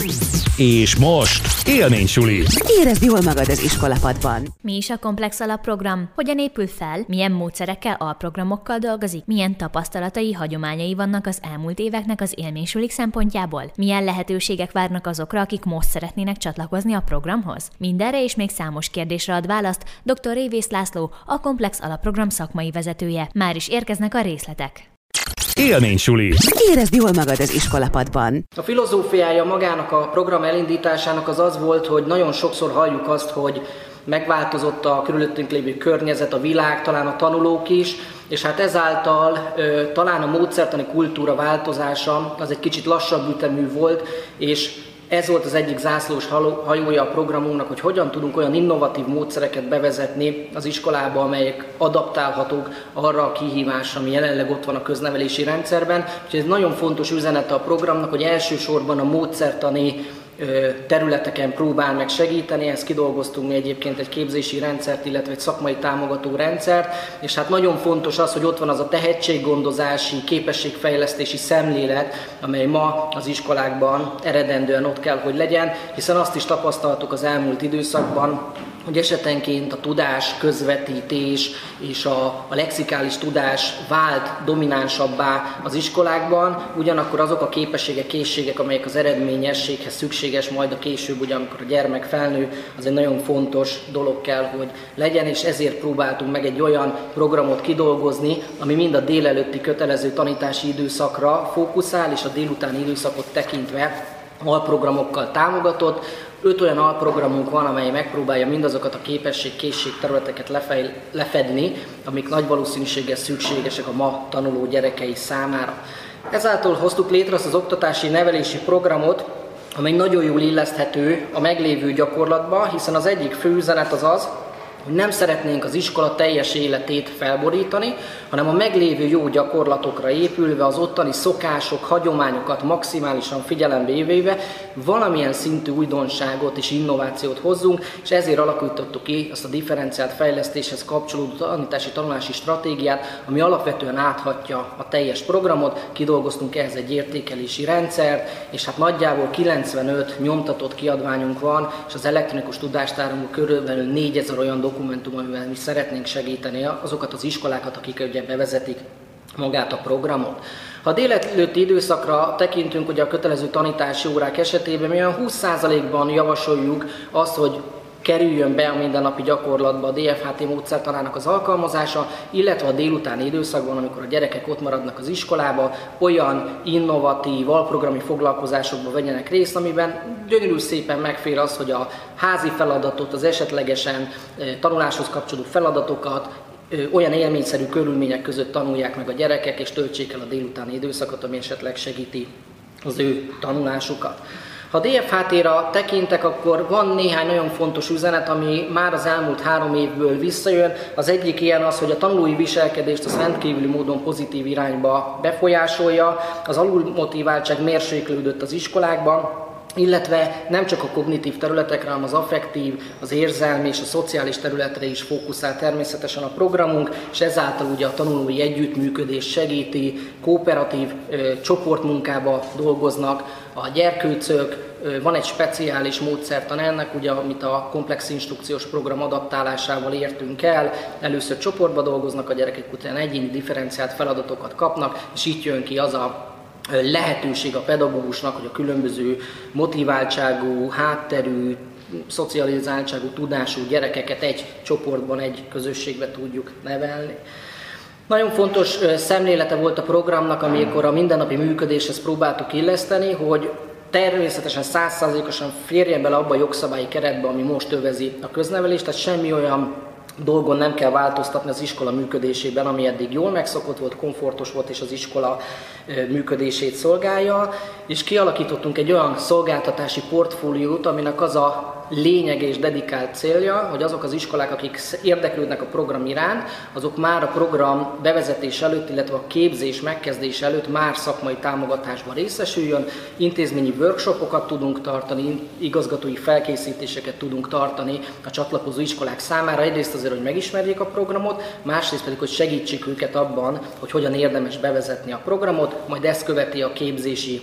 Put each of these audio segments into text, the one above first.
És most élménysuli. Érezd jól magad az iskolapadban. Mi is a komplex alapprogram? Hogyan épül fel? Milyen módszerekkel, alprogramokkal dolgozik? Milyen tapasztalatai, hagyományai vannak az elmúlt éveknek az élménysulik szempontjából? Milyen lehetőségek várnak azokra, akik most szeretnének csatlakozni a programhoz? Mindenre és még számos kérdésre ad választ dr. Révész László, a komplex alapprogram szakmai vezetője. Már is érkeznek a részletek. Élménysuli. Érezd jól magad az iskolapadban. A filozófiája magának a program elindításának az volt, hogy nagyon sokszor halljuk azt, hogy megváltozott a körülöttünk lévő környezet, a világ, talán a tanulók is, és hát ezáltal talán a módszertani kultúra változása az egy kicsit lassabb ütemű volt, és ez volt az egyik zászlós hajója a programunknak, hogy hogyan tudunk olyan innovatív módszereket bevezetni az iskolába, amelyek adaptálhatók arra a kihívásra, ami jelenleg ott van a köznevelési rendszerben. Úgyhogy ez nagyon fontos üzenete a programnak, hogy elsősorban a módszertani területeken próbál meg segíteni, ezt kidolgoztunk mi egyébként egy képzési rendszert, illetve egy szakmai támogató rendszert, és hát nagyon fontos az, hogy ott van az a tehetséggondozási, képességfejlesztési szemlélet, amely ma az iskolákban eredendően ott kell, hogy legyen, hiszen azt is tapasztaltuk az elmúlt időszakban, hogy esetenként a tudás közvetítés és a lexikális tudás vált dominánsabbá az iskolákban, ugyanakkor azok a képességek, készségek, amelyek az eredményességhez szükséges majd a később, ugye amikor a gyermek felnő, az egy nagyon fontos dolog kell, hogy legyen, és ezért próbáltunk meg egy olyan programot kidolgozni, ami mind a délelőtti kötelező tanítási időszakra fókuszál, és a délutáni időszakot tekintve alprogramokkal támogatott. 5 olyan alprogramunk van, amely megpróbálja mindazokat a készség területeket lefedni, amik nagy valószínűséggel szükségesek a ma tanuló gyerekei számára. Ezáltal hoztuk létre azt az oktatási nevelési programot, amely nagyon jól illeszthető a meglévő gyakorlatba, hiszen az egyik fő üzenet az, hogy nem szeretnénk az iskola teljes életét felborítani, hanem a meglévő jó gyakorlatokra épülve, az ottani szokások, hagyományokat maximálisan figyelembe véve valamilyen szintű újdonságot és innovációt hozzunk, és ezért alakítottuk ki azt a differenciált fejlesztéshez kapcsolódó tanítási-tanulási stratégiát, ami alapvetően áthatja a teljes programot. Kidolgoztunk ehhez egy értékelési rendszert, és hát nagyjából 95 nyomtatott kiadványunk van, és az elektronikus tudástárunkban körülbelül 4000 olyan dokumentum, amivel mi szeretnénk segíteni azokat az iskolákat, akik ugye bevezetik magát a programot. Ha a délelőtti időszakra tekintünk, ugye a kötelező tanítási órák esetében mi olyan 20%-ban javasoljuk azt, hogy kerüljön be a mindennapi gyakorlatba a DFHT módszertanának az alkalmazása, illetve a délutáni időszakban, amikor a gyerekek ott maradnak az iskolába, olyan innovatív, alprogrami foglalkozásokba vegyenek részt, amiben gyönyörű szépen megfér az, hogy a házi feladatot, az esetlegesen tanuláshoz kapcsolódó feladatokat olyan élményszerű körülmények között tanulják meg a gyerekek, és töltsék el a délutáni időszakot, ami esetleg segíti az ő tanulásukat. Ha DFHT-ra tekintek, akkor van néhány nagyon fontos üzenet, ami már az elmúlt 3 évből visszajön. Az egyik ilyen az, hogy a tanulói viselkedést az rendkívüli módon pozitív irányba befolyásolja, az alulmotiváltság mérséklődött az iskolákban, illetve nem csak a kognitív területekre, hanem az affektív, az érzelmi és a szociális területre is fókuszál természetesen a programunk, és ezáltal ugye a tanulói együttműködés segíti, kooperatív csoportmunkába dolgoznak a gyerkőcök, van egy speciális módszertan ennek, ugye, amit a komplex instrukciós program adaptálásával értünk el. Először csoportba dolgoznak a gyerekek, utána egyéni differenciált feladatokat kapnak, és itt jön ki az a lehetőség a pedagógusnak, hogy a különböző motiváltságú, hátterű, szocializáltságú, tudású gyerekeket egy csoportban, egy közösségbe tudjuk nevelni. Nagyon fontos szemlélete volt a programnak, amikor a mindennapi működéshez próbáltuk illeszteni, hogy természetesen 100%-osan férjen bele abba a jogszabályi keretbe, ami most övezi a köznevelést, tehát semmi olyan dolgon nem kell változtatni az iskola működésében, ami eddig jól megszokott volt, komfortos volt és az iskola működését szolgálja, és kialakítottunk egy olyan szolgáltatási portfóliót, aminek az a lényege és dedikált célja, hogy azok az iskolák, akik érdeklődnek a program iránt, azok már a program bevezetés előtt, illetve a képzés megkezdés előtt már szakmai támogatásban részesüljön, intézményi workshopokat tudunk tartani, igazgatói felkészítéseket tudunk tartani a csatlakozó iskolák számára, egyrészt azért, hogy megismerjék a programot, másrészt pedig, hogy segítsük őket abban, hogy hogyan érdemes bevezetni a programot, majd ezt követi a képzési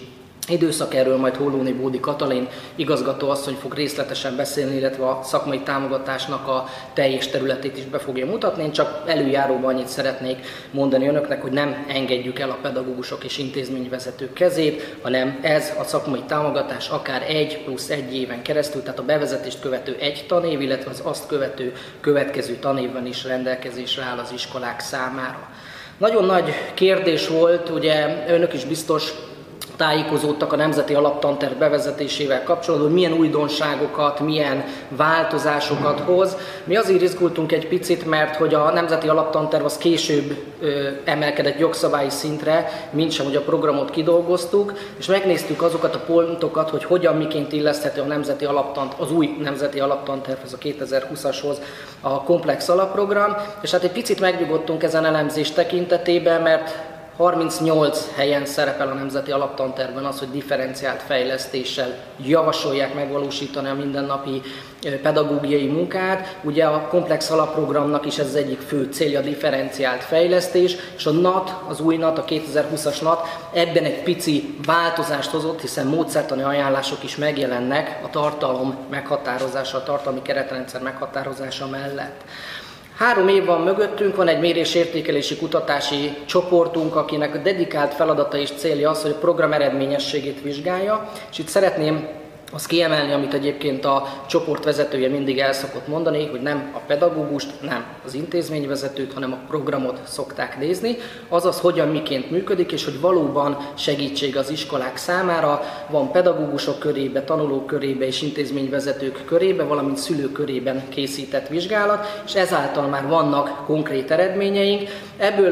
időszak. Erről majd Hollóni Bódi Katalin igazgatóasszony fog részletesen beszélni, illetve a szakmai támogatásnak a teljes területét is be fogja mutatni. Én csak előjáróban annyit szeretnék mondani önöknek, hogy nem engedjük el a pedagógusok és intézményvezetők kezét, hanem ez a szakmai támogatás akár 1+1 éven keresztül, tehát a bevezetést követő 1 tanév, illetve az azt követő következő tanévben is rendelkezésre áll az iskolák számára. Nagyon nagy kérdés volt, ugye önök is biztos tájékozódtak a Nemzeti Alaptanterv bevezetésével kapcsolatban, hogy milyen újdonságokat, milyen változásokat hoz. Mi azért izgultunk egy picit, mert hogy a Nemzeti Alaptanterv az később emelkedett jogszabályi szintre, mintsem, hogy a programot kidolgoztuk, és megnéztük azokat a pontokat, hogy hogyan, miként illeszthető az új Nemzeti Alaptantervhez, a 2020-ashoz a komplex alapprogram, és hát egy picit megnyugodtunk ezen elemzés tekintetében, mert 38 helyen szerepel a Nemzeti Alaptantervben az, hogy differenciált fejlesztéssel javasolják megvalósítani a mindennapi pedagógiai munkát. Ugye a komplex alapprogramnak is ez az egyik fő célja, a differenciált fejlesztés, és a NAT, az új NAT, a 2020-as NAT ebben egy pici változást hozott, hiszen módszertani ajánlások is megjelennek a tartalom meghatározása, a tartalmi keretrendszer meghatározása mellett. 3 év van mögöttünk, van egy mérés-értékelési kutatási csoportunk, akinek a dedikált feladata és célja az, hogy a program eredményességét vizsgálja, és itt szeretném azt kiemelni, amit egyébként a csoport vezetője mindig el szokott mondani, hogy nem a pedagógust, nem az intézményvezetőt, hanem a programot szokták nézni, azaz hogyan, miként működik, és hogy valóban segítség az iskolák számára, van pedagógusok körébe, tanulók körébe és intézményvezetők körébe, valamint szülők körében készített vizsgálat, és ezáltal már vannak konkrét eredményeink. Ebből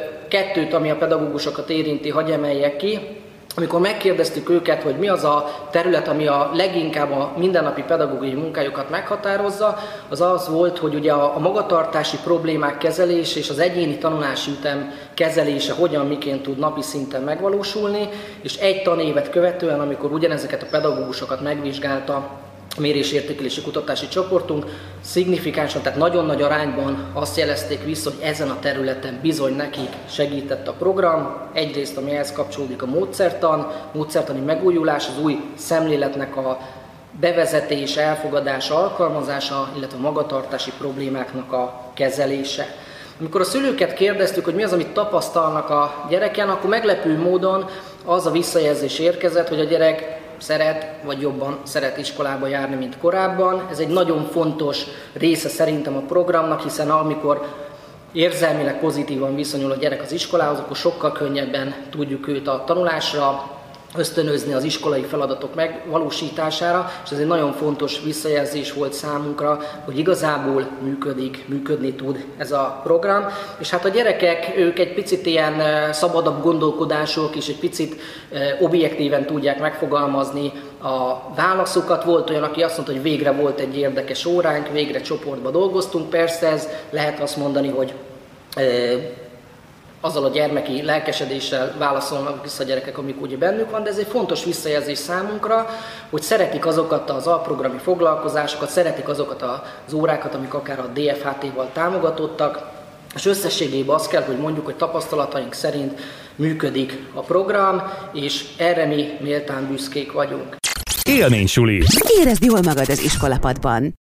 2, ami a pedagógusokat érinti, hadd emeljek ki. Amikor megkérdeztük őket, hogy mi az a terület, ami a leginkább a mindennapi pedagógiai munkájukat meghatározza, az az volt, hogy ugye a magatartási problémák kezelése és az egyéni tanulási ütem kezelése hogyan, miként tud napi szinten megvalósulni, és 1 tanévet követően, amikor ugyanezeket a pedagógusokat megvizsgálta a mérés-értékelési kutatási csoportunk, szignifikánsan, tehát nagyon nagy arányban azt jelezték vissza, hogy ezen a területen bizony nekik segített a program. Egyrészt, ami ehhez kapcsolódik, a módszertani megújulás, az új szemléletnek a bevezetése, elfogadása, alkalmazása, illetve a magatartási problémáknak a kezelése. Amikor a szülőket kérdeztük, hogy mi az, amit tapasztalnak a gyereken, akkor meglepő módon az a visszajelzés érkezett, hogy a gyerek szeret, vagy jobban szeret iskolába járni, mint korábban. Ez egy nagyon fontos része szerintem a programnak, hiszen amikor érzelmileg pozitívan viszonyul a gyerek az iskolához, akkor sokkal könnyebben tudjuk őt a tanulásra ösztönözni, az iskolai feladatok megvalósítására, és ez egy nagyon fontos visszajelzés volt számunkra, hogy igazából működni tud ez a program. És hát a gyerekek, ők egy picit ilyen szabadabb gondolkodások, és egy picit objektíven tudják megfogalmazni a válaszokat. Volt olyan, aki azt mondta, hogy végre volt egy érdekes óránk, végre csoportba dolgoztunk. Persze ez lehet azt mondani, hogy azzal a gyermeki lelkesedéssel válaszolnak vissza a gyerekek, amik ugye bennük van, de ez egy fontos visszajelzés számunkra, hogy szeretik azokat az alprogrami foglalkozásokat, szeretik azokat az órákat, amik akár a DFHT-val támogatottak, és összességében azt kell, hogy mondjuk, hogy tapasztalataink szerint működik a program, és erre mi méltán büszkék vagyunk. Élménysuli. Érezd jól magad az iskolapadban.